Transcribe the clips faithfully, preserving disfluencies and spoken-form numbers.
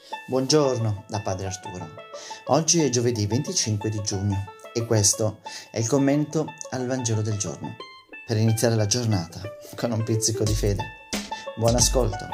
Buongiorno da Padre Arturo. Oggi è giovedì venticinque di giugno e questo è il commento al Vangelo del giorno, per iniziare la giornata con un pizzico di fede. Buon ascolto!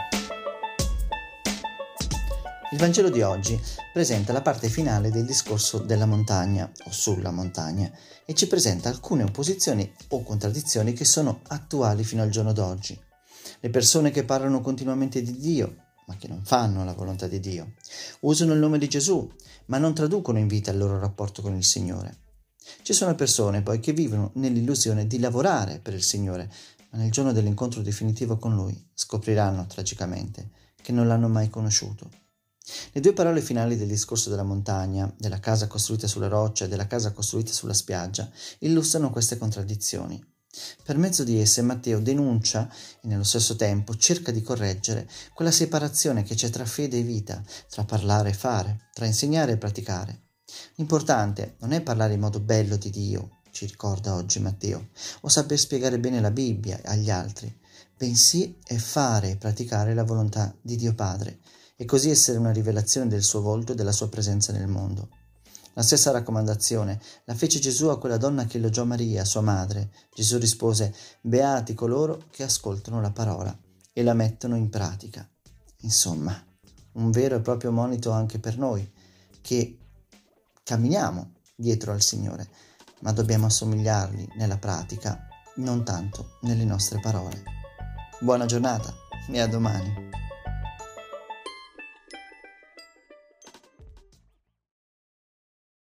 Il Vangelo di oggi presenta la parte finale del discorso della montagna o sulla montagna e ci presenta alcune opposizioni o contraddizioni che sono attuali fino al giorno d'oggi. Le persone che parlano continuamente di Dio, ma che non fanno la volontà di Dio, usano il nome di Gesù, ma non traducono in vita il loro rapporto con il Signore. Ci sono persone poi che vivono nell'illusione di lavorare per il Signore, ma nel giorno dell'incontro definitivo con Lui scopriranno tragicamente che non l'hanno mai conosciuto. Le due parole finali del discorso della montagna, della casa costruita sulla roccia e della casa costruita sulla spiaggia, illustrano queste contraddizioni. Per mezzo di esse Matteo denuncia e nello stesso tempo cerca di correggere quella separazione che c'è tra fede e vita, tra parlare e fare, tra insegnare e praticare. L'importante non è parlare in modo bello di Dio, ci ricorda oggi Matteo, o saper spiegare bene la Bibbia agli altri, bensì è fare e praticare la volontà di Dio Padre e così essere una rivelazione del suo volto e della sua presenza nel mondo. La stessa raccomandazione la fece Gesù a quella donna che elogiò Maria, sua madre. Gesù rispose: beati coloro che ascoltano la parola e la mettono in pratica. Insomma, un vero e proprio monito anche per noi, che camminiamo dietro al Signore, ma dobbiamo assomigliargli nella pratica, non tanto nelle nostre parole. Buona giornata e a domani.